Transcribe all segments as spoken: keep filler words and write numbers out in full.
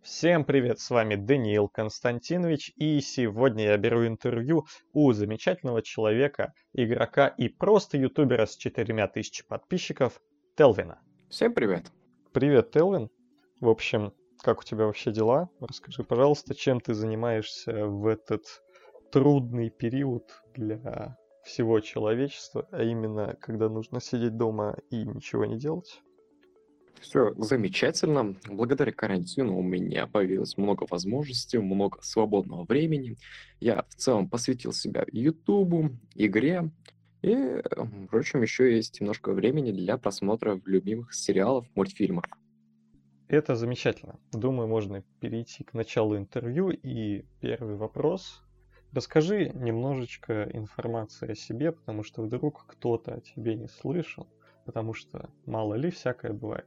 Всем привет, с вами Даниил Константинович, и сегодня я беру интервью у замечательного человека, игрока и просто ютубера с четырьмя тысячами подписчиков Телвина. Всем привет. Привет, Телвин. В общем, как у тебя вообще дела? Расскажи, пожалуйста, чем ты занимаешься в этот трудный период для всего человечества, а именно, когда нужно сидеть дома и ничего не делать? Все замечательно. Благодаря карантину у меня появилось много возможностей, много свободного времени. Я в целом посвятил себя Ютубу, игре и, э, впрочем, еще есть немножко времени для просмотра любимых сериалов, мультфильмов. Это замечательно. Думаю, можно перейти к началу интервью. И первый вопрос. Расскажи немножечко информации о себе, потому что вдруг кто-то о тебе не слышал, потому что мало ли всякое бывает.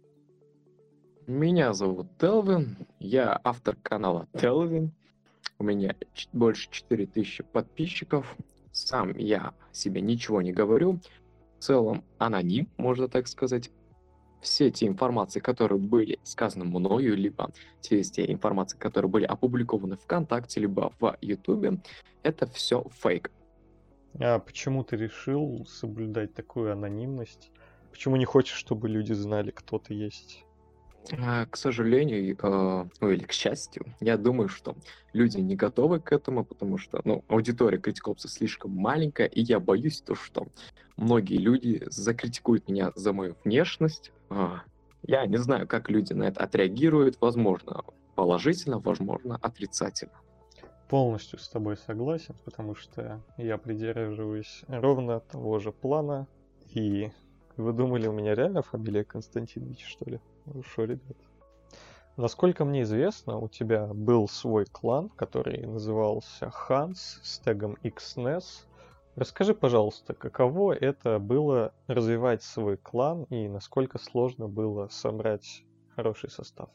Меня зовут Телвин, я автор канала Телвин. У меня ч- больше четыре тысячи подписчиков. Сам я о себе ничего не говорю. В целом аноним, можно так сказать. Все те информации, которые были сказаны мною, либо те, те информации, которые были опубликованы ВКонтакте, либо в Ютубе, это все фейк. А почему ты решил соблюдать такую анонимность? Почему не хочешь, чтобы люди знали, кто ты есть? А, К сожалению, э, ну или к счастью, я думаю, что люди не готовы к этому, потому что, ну, аудитория критикопса слишком маленькая, и я боюсь то, что многие люди закритикуют меня за мою внешность. А, Я не знаю, как люди на это отреагируют, возможно, положительно, возможно, отрицательно. Полностью с тобой согласен, потому что я придерживаюсь ровно того же плана. И вы думали, у меня реально фамилия Константинович, что ли? Хорошо, ребят. Насколько мне известно, у тебя был свой клан, который назывался Ханс с тегом икс эн и эс. Расскажи, пожалуйста, каково это было развивать свой клан и насколько сложно было собрать хороший состав?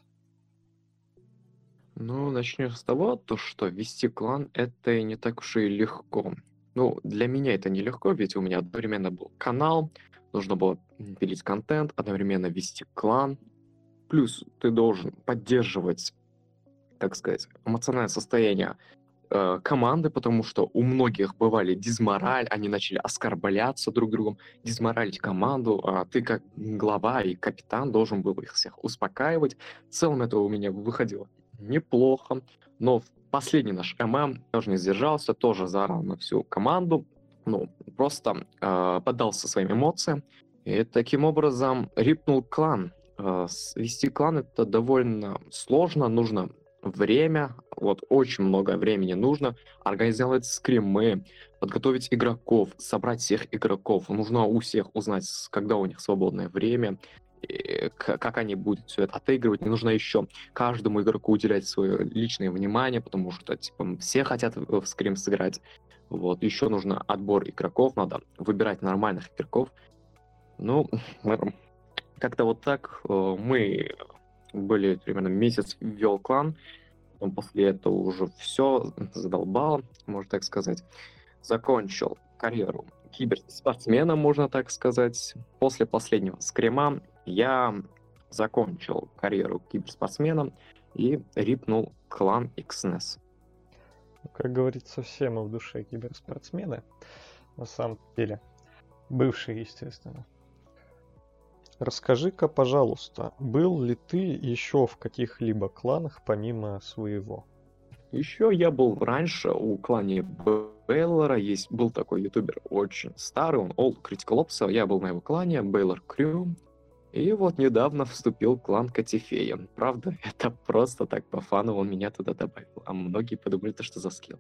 Ну, начнем с того, то, что вести клан это не так уж и легко. Ну, для меня это нелегко, ведь у меня одновременно был канал, нужно было м, пилить контент, одновременно вести клан. Плюс ты должен поддерживать, так сказать, эмоциональное состояние э, команды, потому что у многих бывали дизмораль, они начали оскорбляться друг другом, дизморалить команду, а ты как глава и капитан должен был их всех успокаивать. В целом это у меня выходило неплохо, но в последний наш ММ тоже не сдержался, тоже заорал на всю команду, ну, просто э, поддался своим эмоциям, и таким образом рипнул клан. Э, с- вести клан это довольно сложно, нужно время, вот очень много времени нужно, организовать скримы, подготовить игроков, собрать всех игроков. Нужно у всех узнать, с- когда у них свободное время, и к- как они будут все это отыгрывать. Не нужно еще каждому игроку уделять свое личное внимание, потому что типа все хотят в в скрим сыграть. Вот, еще нужно отбор игроков, надо выбирать нормальных игроков. Ну, как-то вот так э, мы были примерно месяц ввел клан, потом после этого уже все задолбал, можно так сказать. Закончил карьеру киберспортсмена, можно так сказать. После последнего скрима я закончил карьеру киберспортсмена и рипнул клан икс эн и эс. Ну, как говорится, все мы в душе киберспортсмены, на самом деле. Бывшие, естественно. Расскажи-ка, пожалуйста, был ли ты еще в каких-либо кланах помимо своего? Еще я был раньше у клане Бейлора, есть был такой ютубер очень старый, он Old Critical Ops, я был на его клане, Бейлор Крю, и вот недавно вступил в клан Катифея. Правда, это просто так по фану он меня туда добавил, а многие подумали, то, что за скилл.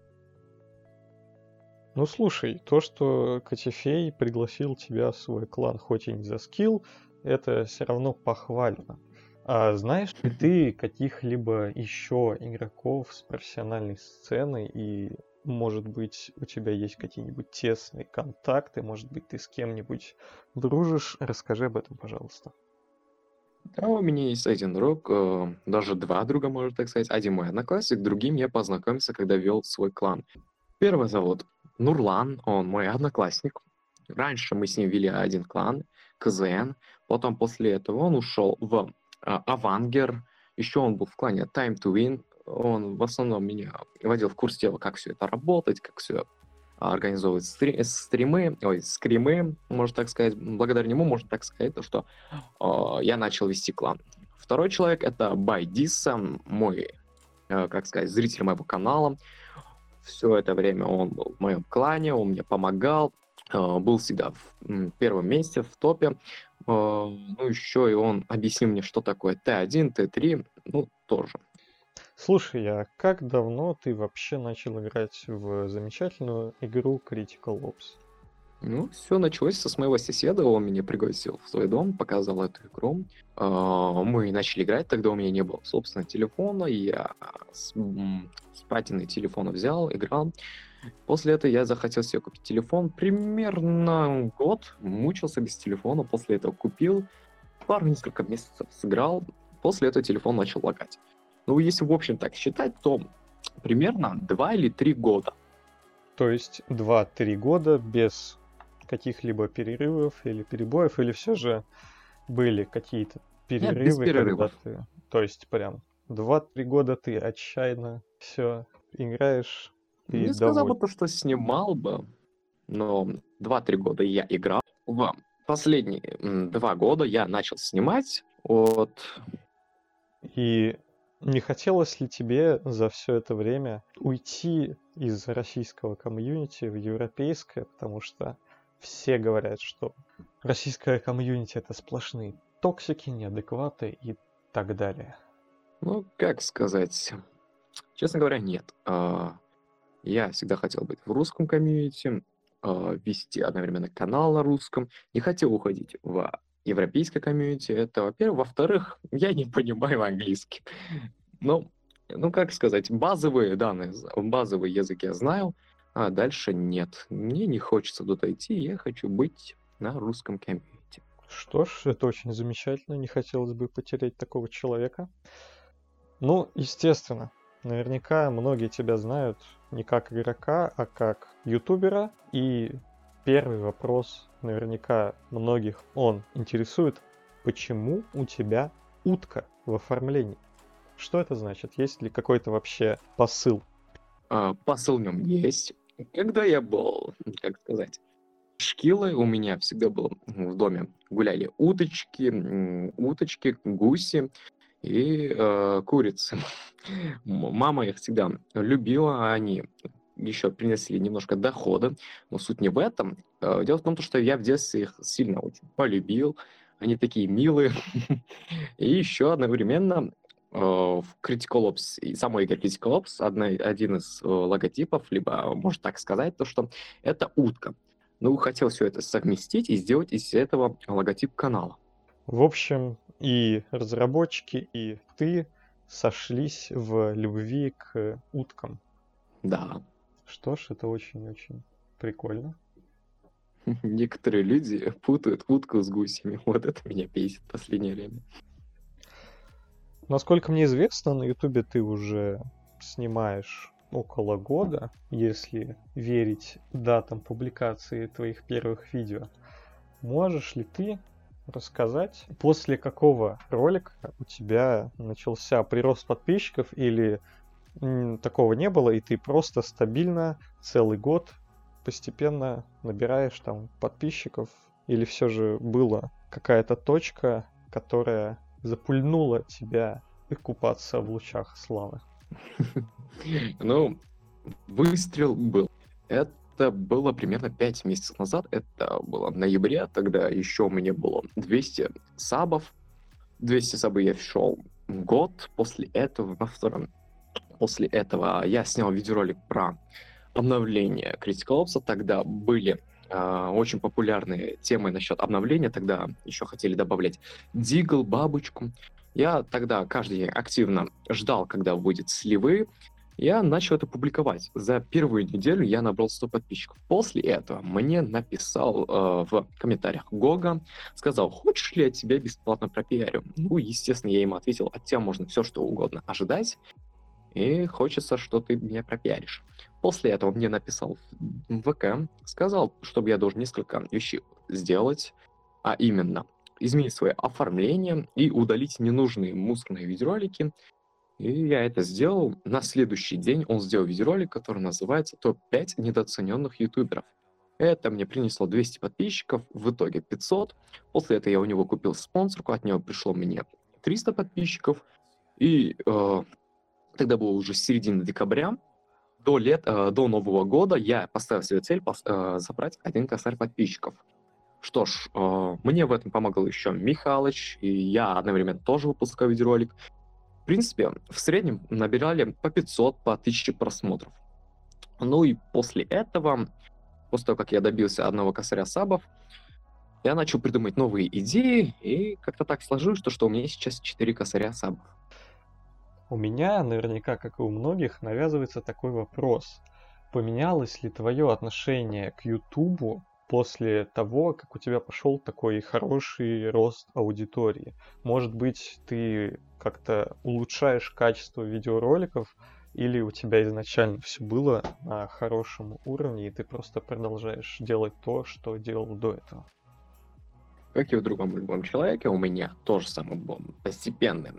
Ну слушай, то, что Котифей пригласил тебя в свой клан, хоть и не за скилл, это все равно похвально. А знаешь ли ты каких-либо еще игроков с профессиональной сцены и, может быть, у тебя есть какие-нибудь тесные контакты, может быть, ты с кем-нибудь дружишь? Расскажи об этом, пожалуйста. Да, у меня есть один друг, э, даже два друга, можно так сказать. Один мой одноклассник, другим я познакомился, когда вел свой клан. Первый зовут Нурлан, он мой одноклассник. Раньше мы с ним вели один клан, ка зэ эн. Потом после этого он ушел в а, Авангер. Еще он был в клане Time to Win. Он в основном меня вводил в курс дела, как все это работать, как все организовывать стри- стримы, ой, скримы, можно так сказать. Благодаря нему можно так сказать, то, что э, я начал вести клан. Второй человек — это Байдиса, мой, э, как сказать, зритель моего канала. Все это время он был в моем клане, он мне помогал, э, был всегда в м, первом месте, в топе. Э, ну, еще и он объяснил мне, что такое Т один, Т три, ну, тоже. Слушай, а как давно ты вообще начал играть в замечательную игру Critical Ops? Ну, все началось с моего соседа, он меня пригласил в свой дом, показал эту игру. А, Мы начали играть, тогда у меня не было собственного телефона, и я с, м, с патиной телефона взял, играл. После этого я захотел себе купить телефон. Примерно год мучился без телефона, после этого купил, пару несколько месяцев сыграл, после этого телефон начал лагать. Ну, если в общем так считать, то примерно два или три года. То есть два-три года без каких-либо перерывов или перебоев, или все же были какие-то Нет, без перерывы, когда перерывов. ты... То есть прям два-три года ты отчаянно все играешь и Не сказал бы доволен. то, что снимал бы, но два-три года я играл. В последние м, два года я начал снимать от... И не хотелось ли тебе за все это время уйти из российского комьюнити в европейское, потому что все говорят, что российское комьюнити — это сплошные токсики, неадекваты и так далее. Ну, как сказать... Честно говоря, нет. А, Я всегда хотел быть в русском комьюнити, а, вести одновременно канал на русском. Не хотел уходить в европейское комьюнити. Это, во-первых. Во-вторых, я не понимаю английский. Ну, ну, как сказать, базовые данные, з- базовый язык я знаю, а дальше нет. Мне не хочется туда идти, я хочу быть на русском комьюнити. Что ж, это очень замечательно, не хотелось бы потерять такого человека. Ну, естественно, наверняка многие тебя знают не как игрока, а как ютубера. И первый вопрос, наверняка многих он интересует: почему у тебя утка в оформлении? Что это значит? Есть ли какой-то вообще посыл? А, посыл в нем есть. Когда я был, как сказать, шкилой, у меня всегда было в доме гуляли уточки, м, уточки, гуси и э, курицы. М- Мама их всегда любила, они еще принесли немножко дохода, но суть не в этом. Э, Дело в том, что я в детстве их сильно очень полюбил, они такие милые. И еще одновременно э, в Critical Ops, и самой игре Critical Ops, одна- один из э, логотипов, либо, можно так сказать, то, что это утка. Ну, хотел все это совместить и сделать из этого логотип канала. В общем, и разработчики, и ты сошлись в любви к уткам. Да, Что ж, это очень-очень прикольно. некоторые люди путают утку с гусями. Вот это меня бесит в последнее время. Насколько мне известно, на Ютубе ты уже снимаешь около года, если верить датам публикации твоих первых видео. Можешь ли ты рассказать, после какого ролика у тебя начался прирост подписчиков, или м, такого не было, и ты просто стабильно целый год постепенно набираешь там подписчиков, или все же была какая-то точка, которая запульнула тебя и купаться в лучах славы? Ну, выстрел был. Это было примерно пять месяцев назад. Это было в ноябре. Тогда еще у меня было двести сабов. двести сабов я шел год. После этого, во втором, после этого я снял видеоролик про обновление Critical Ops. Тогда были а, очень популярные темы насчет обновления. Тогда еще хотели добавлять Дигл, бабочку. Я тогда каждый день активно ждал, когда будет сливы. Я начал это публиковать. За первую неделю я набрал сто подписчиков. После этого мне написал э, в комментариях Гога, сказал, хочешь ли я тебя бесплатно пропиарю? Ну, естественно, я ему ответил, от тебя можно все что угодно ожидать, и хочется, что ты меня пропиаришь. После этого мне написал в ВК, сказал, чтобы я должен несколько вещей сделать, а именно изменить свое оформление и удалить ненужные мусорные видеоролики. И я это сделал. На следующий день он сделал видеоролик, который называется топ пять недооцененных ютуберов. Это мне принесло двести подписчиков, в итоге пятьсот. После этого я у него купил спонсорку, от него пришло мне триста подписчиков. И э, тогда было уже середина декабря. До, лет, э, до Нового года я поставил себе цель пос, э, забрать один косарь подписчиков. Что ж, э, мне в этом помогал еще Михалыч, и я одновременно тоже выпускал видеоролик. В принципе, в среднем набирали по пятьсот, по тысяче просмотров. Ну и после этого, после того, как я добился одного косаря сабов, я начал придумать новые идеи, и как-то так сложилось, что, что у меня сейчас четыре косаря сабов. У меня, наверняка, как и у многих, навязывается такой вопрос. Поменялось ли твое отношение к Ютубу после того, как у тебя пошел такой хороший рост аудитории? Может быть, ты как-то улучшаешь качество видеороликов, или у тебя изначально все было на хорошем уровне, и ты просто продолжаешь делать то, что делал до этого? Как и у другом любом человеке, у меня тоже самое было постепенное.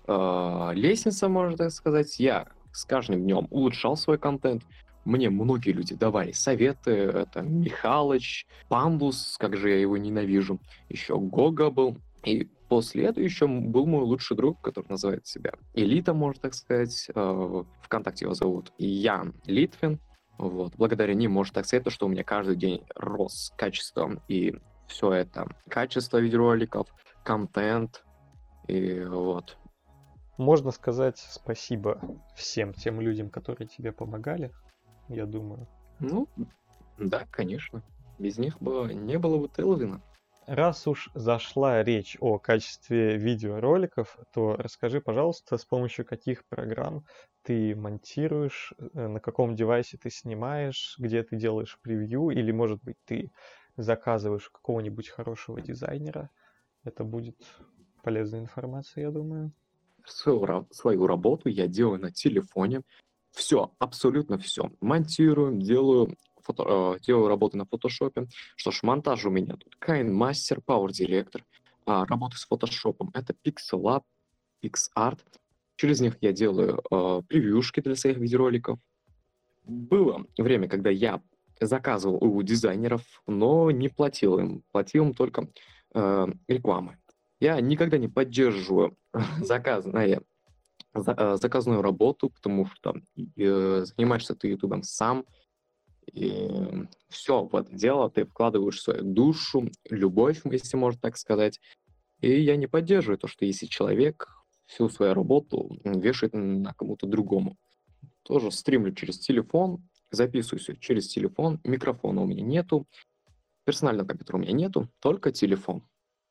Э, лестница, можно так сказать. Я с каждым днем улучшал свой контент. Мне многие люди давали советы. Это Михалыч, Памбус, как же я его ненавижу. Еще Гога был. И после этого еще был мой лучший друг, который называет себя Элита, можно так сказать. Э, ВКонтакте его зовут Ян Литвин. Вот. Благодаря ним, можно так сказать, то, что у меня каждый день рос качеством и все это. Качество видеороликов, контент и вот. Можно сказать спасибо всем тем людям, которые тебе помогали, я думаю. Ну, да, конечно. Без них бы не было бы Телвина. Раз уж зашла речь о качестве видеороликов, то расскажи, пожалуйста, с помощью каких программ ты монтируешь, на каком девайсе ты снимаешь, где ты делаешь превью, или, может быть, ты заказываешь какого-нибудь хорошего дизайнера. Это будет полезная информация, я думаю. Свою, свою работу я делаю на телефоне. Все, абсолютно все. Монтирую, делаю, фото, э, делаю работу на фотошопе. Что ж, монтаж у меня тут KineMaster, Power Director. А работы с фотошопом — это PixelLab, PixArt. Через них я делаю э, превьюшки для своих видеороликов. Было время, когда я заказывал у дизайнеров, но не платил им. Платил им только э, рекламы. Я никогда не поддерживаю заказанное, за, э, заказную работу, потому что э, занимаешься ты ютубом сам. И все в это дело ты вкладываешь свою душу, любовь, если можно так сказать. И я не поддерживаю то, что если человек всю свою работу вешает на кому-то другому. Тоже стримлю через телефон, записываю все через телефон, микрофона у меня нету, персонального компьютера у меня нету, только телефон.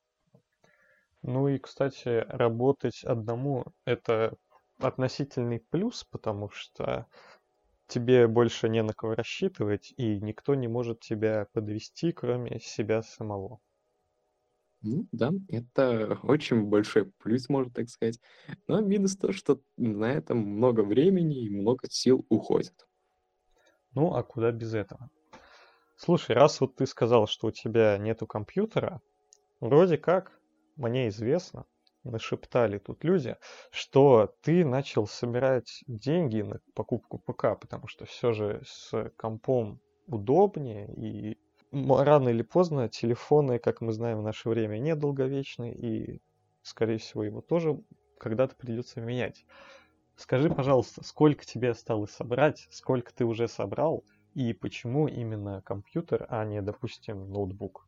Ну и, кстати, работать одному — это относительный плюс, потому что тебе больше не на кого рассчитывать, и никто не может тебя подвести, кроме себя самого. Ну да, это очень большой плюс, можно так сказать. Но минус то, что на это много времени и много сил уходит. Ну, а куда без этого? Слушай, раз вот ты сказал, что у тебя нету компьютера, вроде как, мне известно, нашептали тут люди, что ты начал собирать деньги на покупку ПК, потому что все же с компом удобнее, и рано или поздно телефоны, как мы знаем, в наше время недолговечны, и, скорее всего, его тоже когда-то придется менять. Скажи, пожалуйста, сколько тебе осталось собрать, сколько ты уже собрал, и почему именно компьютер, а не, допустим, ноутбук?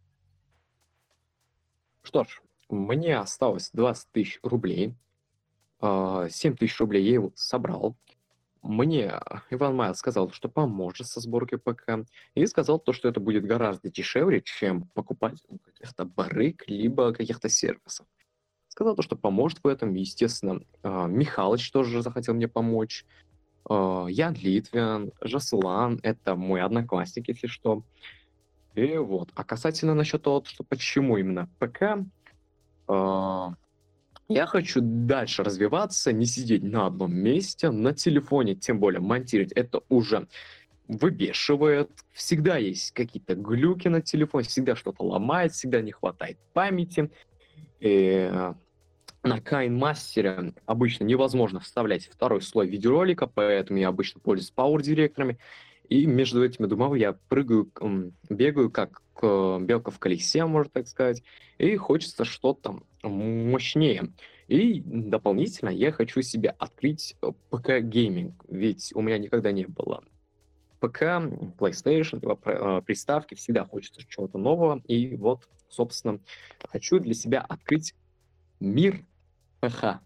Что ж, мне осталось двадцать тысяч рублей. семь тысяч рублей я его собрал. Мне Иван Майл сказал, что поможет со сборкой ПК, и сказал то, что это будет гораздо дешевле, чем покупать у каких-то барыг, либо каких-то сервисов. Сказал то, что поможет в этом, естественно. Михалыч тоже захотел мне помочь. Ян Литвин, Жасулан, это мой одноклассник, если что. И вот. А касательно насчет того, что почему именно ПК, я хочу дальше развиваться, не сидеть на одном месте, на телефоне, тем более монтировать. Это уже выбешивает, всегда есть какие-то глюки на телефоне, всегда что-то ломает, всегда не хватает памяти. И на KineMaster обычно невозможно вставлять второй слой видеоролика, поэтому я обычно пользуюсь пауэр-директорами. И между этими двумя я прыгаю, м, бегаю, как э, белка в колесе, можно так сказать. И хочется что-то мощнее. И дополнительно я хочу себе открыть э, ПК-гейминг, ведь у меня никогда не было ПК, PlayStation, либо про- э, приставки, всегда хочется чего-то нового. И вот, собственно, хочу для себя открыть мир ПХ.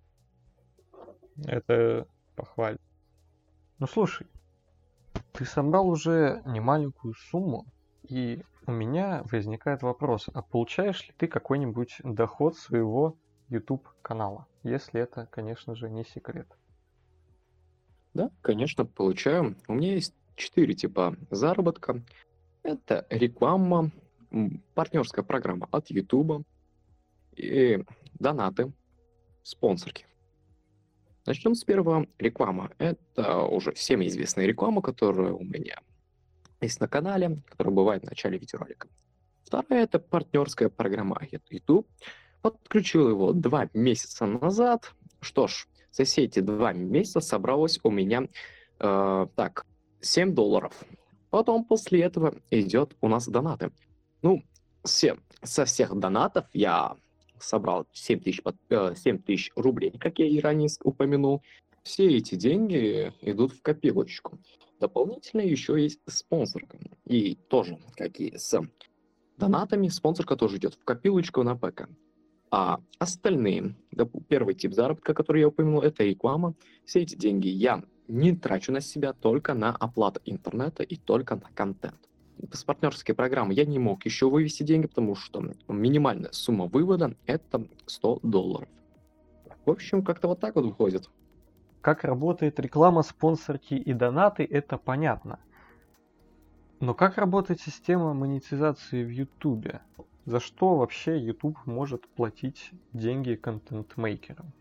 Это похвально. Ну слушай, ты собрал уже немаленькую сумму, и у меня возникает вопрос, а получаешь ли ты какой-нибудь доход своего YouTube канала, если это, конечно же, не секрет? Да, конечно, получаю. У меня есть четыре типа заработка. Это реклама, м, партнерская программа от YouTube и донаты, спонсорки. Начнем с первого. Реклама. Это уже всем известная реклама, которая у меня есть на канале, которая бывает в начале видеоролика. Вторая — это партнерская программа от YouTube. Подключил его два месяца назад. Что ж, за все эти два месяца собралось у меня э, так, семь долларов. Потом после этого идет у нас донаты. Ну, все, со всех донатов я собрал семь тысяч, под- э, семь тысяч рублей, как я и ранее с- упомянул. Все эти деньги идут в копилочку. Дополнительно еще есть спонсорка. И тоже, как и с донатами, спонсорка тоже идет в копилочку на ПК. А остальные, доп- первый тип заработка, который я упомянул, это реклама. Все эти деньги я не трачу на себя, только на оплату интернета и только на контент. С партнерской программы я не мог еще вывести деньги, потому что минимальная сумма вывода — это сто долларов. В общем, как-то вот так вот выходит. Как работает реклама, спонсорки и донаты, это понятно. Но как работает система монетизации в YouTube? За что вообще YouTube может платить деньги контент-мейкерам?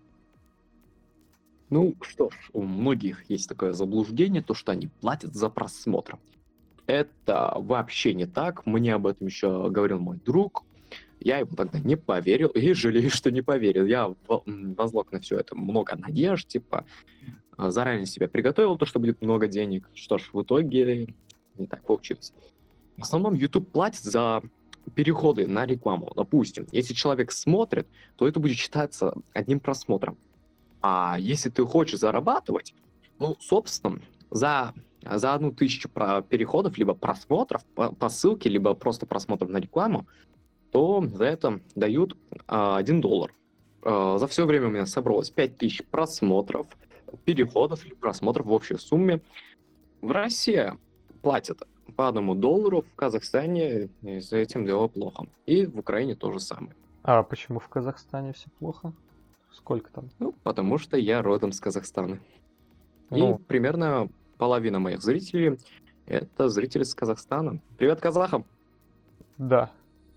Ну что ж, у многих есть такое заблуждение, то что они платят за просмотр. Это вообще не так. Мне об этом еще говорил мой друг. Я ему тогда не поверил и жалею, что не поверил. Я в- м, возлог на все это много надежд, типа а, заранее себя приготовил, то, что будет много денег. Что ж, в итоге не так получилось. В основном YouTube платит за переходы на рекламу. Допустим, если человек смотрит, то это будет считаться одним просмотром. А если ты хочешь зарабатывать, ну, собственно, за, за одну тысячу про- переходов, либо просмотров по, по ссылке, либо просто просмотров на рекламу, то за это дают а, один доллар. А, за все время у меня собралось пять тысяч просмотров, переходов или просмотров в общей сумме. В России платят по одному доллару, в Казахстане э, с этим дело плохо. И в Украине то же самое. А почему в Казахстане все плохо? Сколько там? Ну, потому что я родом с Казахстана. И Ну, примерно половина моих зрителей — это зрители с Казахстана. Привет, казахам! да.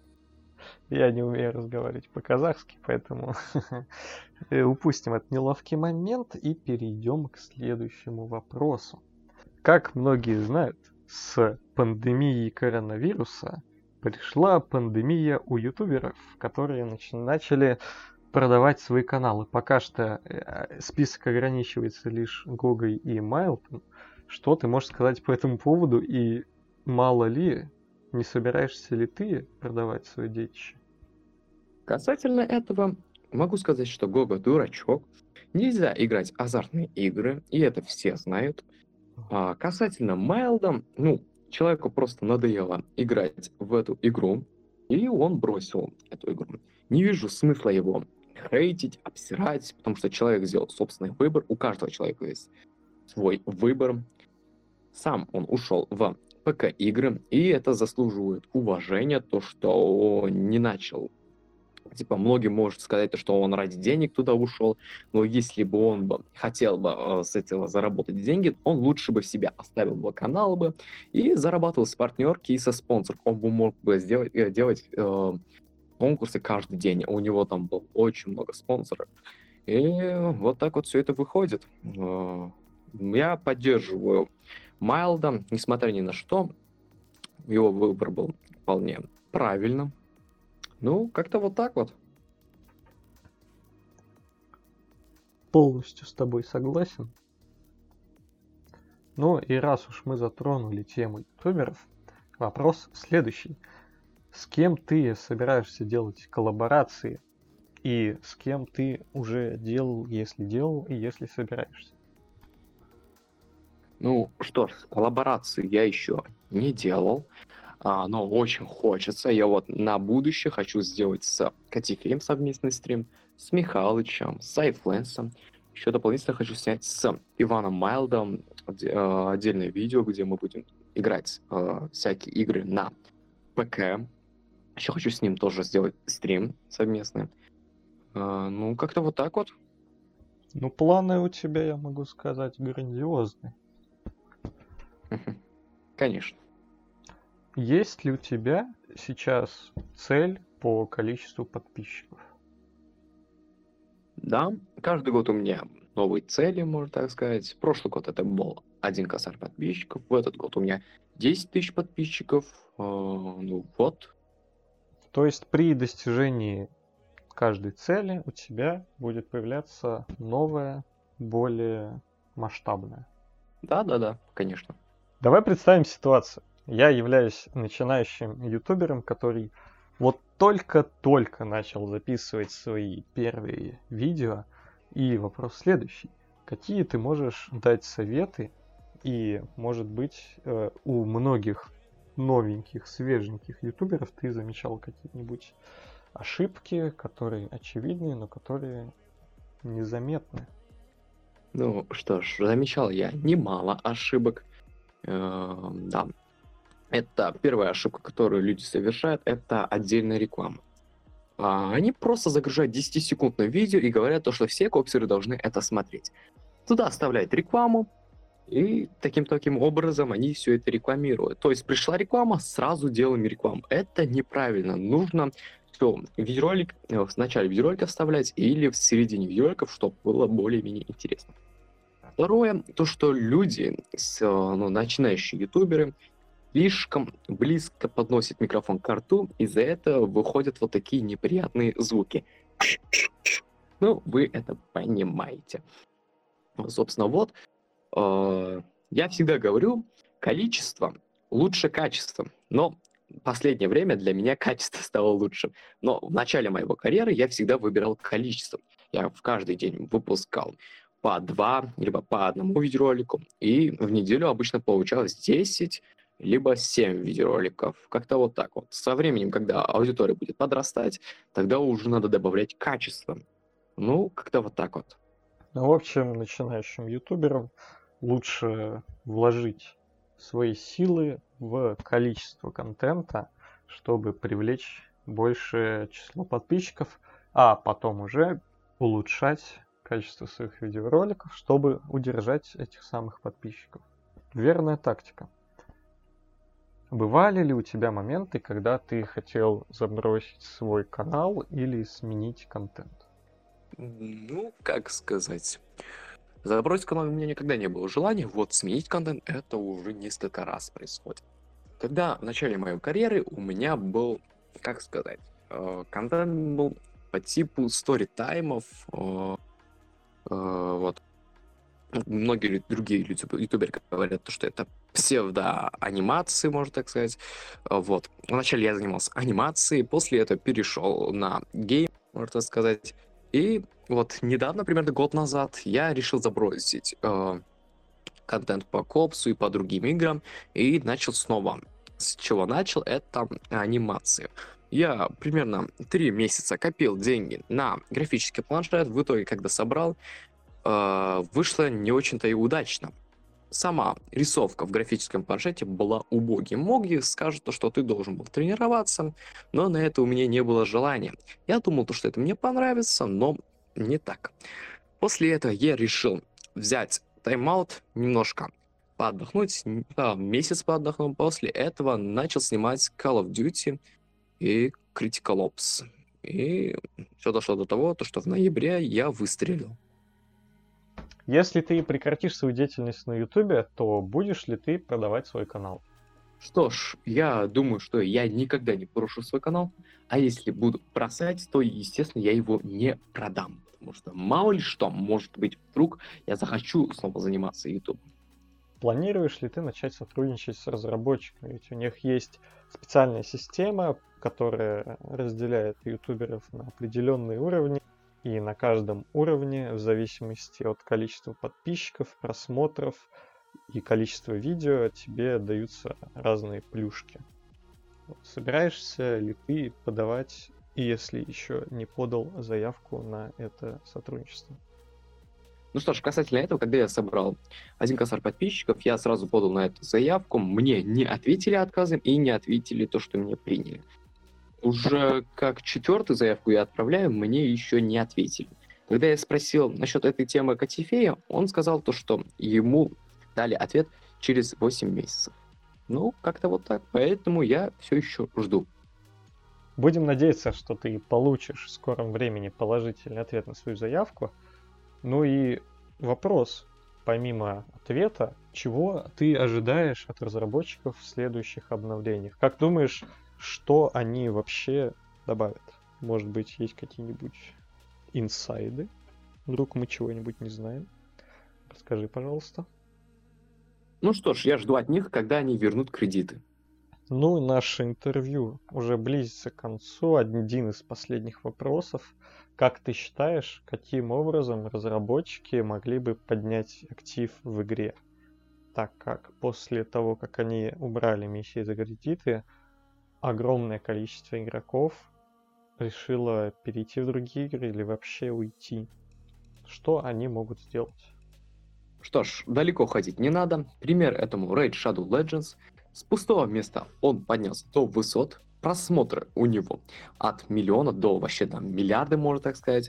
Я не умею разговаривать по-казахски, поэтому э, упустим этот неловкий момент и перейдем к следующему вопросу. Как многие знают, с пандемией коронавируса пришла пандемия у ютуберов, которые нач- начали продавать свои каналы. Пока что э, список ограничивается лишь Гогой и Майлтон. Что ты можешь сказать по этому поводу? И мало ли, не собираешься ли ты продавать свое детище? Касательно этого, могу сказать, что Гога дурачок. Нельзя играть азартные игры, и это все знают. А касательно Майлда, ну, человеку просто надоело играть в эту игру, и он бросил эту игру. Не вижу смысла его хейтить, обсирать, потому что человек сделал собственный выбор. У каждого человека есть свой выбор. Сам он ушел в ПК-игры, и это заслуживает уважения, то, что он не начал. Типа, многим может сказать, то, что он ради денег туда ушел, но если бы он бы хотел бы э, с этого заработать деньги, он лучше бы себя оставил бы канал бы и зарабатывал с партнерки и со спонсором. Он бы мог бы сделать, э, делать э, конкурсы каждый день. У него там было очень много спонсоров. И вот так вот все это выходит. Э, Я поддерживаю Майлда, несмотря ни на что, его выбор был вполне правильным. Ну, как-то вот так вот. Полностью с тобой согласен. Ну и раз уж мы затронули тему ютуберов, вопрос следующий. С кем ты собираешься делать коллаборации? И с кем ты уже делал, если делал, и если собираешься? Ну что ж, коллаборации я еще не делал, а, но очень хочется. Я вот на будущее хочу сделать с Катифеем совместный стрим, с Михалычем, с Айфленсом. Еще дополнительно хочу снять с Иваном Майлдом отде- э, отдельное видео, где мы будем играть э, всякие игры на ПК. Еще хочу с ним тоже сделать стрим совместный. Э, ну, как-то вот так вот. Ну, планы у тебя, я могу сказать, грандиозные. Конечно. Есть ли у тебя сейчас цель по количеству подписчиков? Да, каждый год у меня новые цели, можно так сказать. Прошлый год это был один косарь подписчиков. В этот год у меня десять тысяч подписчиков. Э, ну вот. То есть при достижении каждой цели у тебя будет появляться новая, более масштабная. Да-да-да, конечно. Давай представим ситуацию. Я являюсь начинающим ютубером, который вот только-только начал записывать свои первые видео. И вопрос следующий. Какие ты можешь дать советы? И, может быть, э, у многих новеньких, свеженьких ютуберов ты замечал какие-нибудь ошибки, которые очевидны, но которые незаметны? Ну что ж, замечал я немало ошибок. Э, да. Это первая ошибка, которую люди совершают, это отдельная реклама. А, Они просто загружают десятисекундное видео и говорят то, что все копсеры должны это смотреть. Туда оставляют рекламу, и таким таким образом они все это рекламируют. То есть пришла реклама, сразу делаем рекламу. Это неправильно. Нужно все, видеоролик э, в начале видеоролика вставлять или в середине видеороликов, чтобы было более-менее интересно. Второе, то, что люди, с, э, ну, начинающие ютуберы, слишком близко подносят микрофон к рту, из-за этого выходят вот такие неприятные звуки. Ну, вы это понимаете. Собственно, вот, э, я всегда говорю, количество лучше качества. Но в последнее время для меня качество стало лучше. Но в начале моего карьеры я всегда выбирал количество. Я в каждый день выпускал по два, либо по одному видеоролику. И в неделю обычно получалось десять, либо семь видеороликов. Как-то вот так вот. Со временем, когда аудитория будет подрастать, тогда уже надо добавлять качество. Ну, как-то вот так вот. Ну, в общем, начинающим ютуберам лучше вложить свои силы в количество контента, чтобы привлечь большее число подписчиков, а потом уже улучшать качество своих видеороликов, чтобы удержать этих самых подписчиков. Верная тактика. Бывали ли у тебя моменты, когда ты хотел забросить свой канал или сменить контент? Ну, как сказать. Забросить канал у меня никогда не было желания, вот сменить контент это уже несколько раз происходит. Когда в начале моей карьеры у меня был, как сказать, э, контент был по типу сторитаймов, э, э, вот. Многие лю- другие ютуб- ютуберы говорят, то, что это псевдоанимации, можно так сказать. Э, Вот. Вначале я занимался анимацией, после этого перешел на гейм, можно так сказать. И вот недавно, примерно год назад, я решил забросить э, контент по Копсу и по другим играм и начал снова. С чего начал? Это анимации. Я примерно три месяца копил деньги на графический планшет. В итоге, когда собрал, э, вышло не очень-то и удачно. Сама рисовка в графическом планшете была убогой. Многие скажут, то, что ты должен был тренироваться, но на это у меня не было желания. Я думал, то, что это мне понравится, но не так. После этого я решил взять тайм-аут, немножко поотдохнуть, н- а, месяц поотдохнул. После этого начал снимать Call of Duty и Critical Ops. И все дошло до того, то, что в ноябре я выстрелил. Если ты прекратишь свою деятельность на Ютубе, то будешь ли ты продавать свой канал? Что ж, я думаю, что я никогда не брошу свой канал, а если буду бросать, то, естественно, я его не продам. Потому что мало ли что, может быть, вдруг я захочу снова заниматься YouTube. Планируешь ли ты начать сотрудничать с разработчиками? Ведь у них есть специальная система, которая разделяет ютуберов на определенные уровни, и на каждом уровне, в зависимости от количества подписчиков, просмотров и количества видео, тебе даются разные плюшки. Собираешься ли ты подавать, если еще не подал заявку на это сотрудничество? Ну что ж, касательно этого, когда я собрал один косарь подписчиков, я сразу подал на эту заявку, мне не ответили отказом и не ответили то, что меня приняли. Уже как четвертую заявку я отправляю, мне еще не ответили. Когда я спросил насчет этой темы Котифея, он сказал то, что ему дали ответ через восемь месяцев. Ну, как-то вот так. Поэтому я все еще жду. Будем надеяться, что ты получишь в скором времени положительный ответ на свою заявку. Ну и вопрос, помимо ответа, чего ты ожидаешь от разработчиков в следующих обновлениях? Как думаешь, что они вообще добавят? Может быть, есть какие-нибудь инсайды? Вдруг мы чего-нибудь не знаем? Расскажи, пожалуйста. Ну что ж, я жду от них, когда они вернут кредиты. Ну, наше интервью уже близится к концу. Один из последних вопросов. Как ты считаешь, каким образом разработчики могли бы поднять актив в игре? Так как после того, как они убрали миссии за кредиты, огромное количество игроков решило перейти в другие игры или вообще уйти. Что они могут сделать? Что ж, далеко ходить не надо. Пример этому Raid Shadow Legends. С пустого места он поднялся до высот. Просмотры у него от миллиона до вообще там миллиарда, можно так сказать.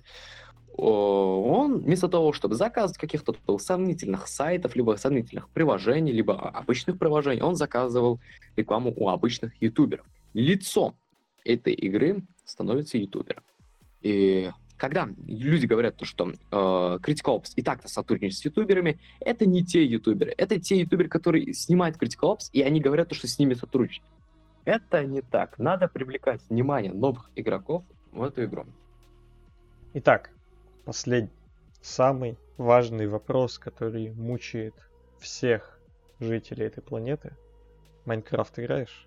Он вместо того, чтобы заказывать каких-то сомнительных сайтов, либо сомнительных приложений, либо обычных приложений, он заказывал рекламу у обычных ютуберов. Лицом этой игры становится ютубер. И когда люди говорят, то, что э, Critical Ops и так-то сотрудничает с ютуберами, это не те ютуберы. Это те ютуберы, которые снимают Critical Ops, и они говорят, то, что с ними сотрудничают. Это не так. Надо привлекать внимание новых игроков в эту игру. Итак, последний, самый важный вопрос, который мучает всех жителей этой планеты. Майнкрафт играешь?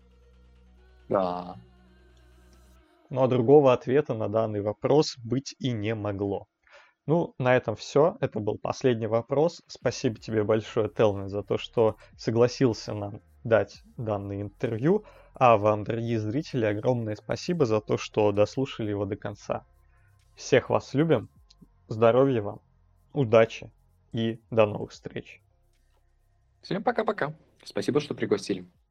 Да. Но другого ответа на данный вопрос быть и не могло. Ну, на этом все. Это был последний вопрос. Спасибо тебе большое, Телмен, за то, что согласился нам дать данное интервью. А вам, дорогие зрители, огромное спасибо за то, что дослушали его до конца. Всех вас любим. Здоровья вам, удачи и до новых встреч. Всем пока-пока. Спасибо, что пригласили.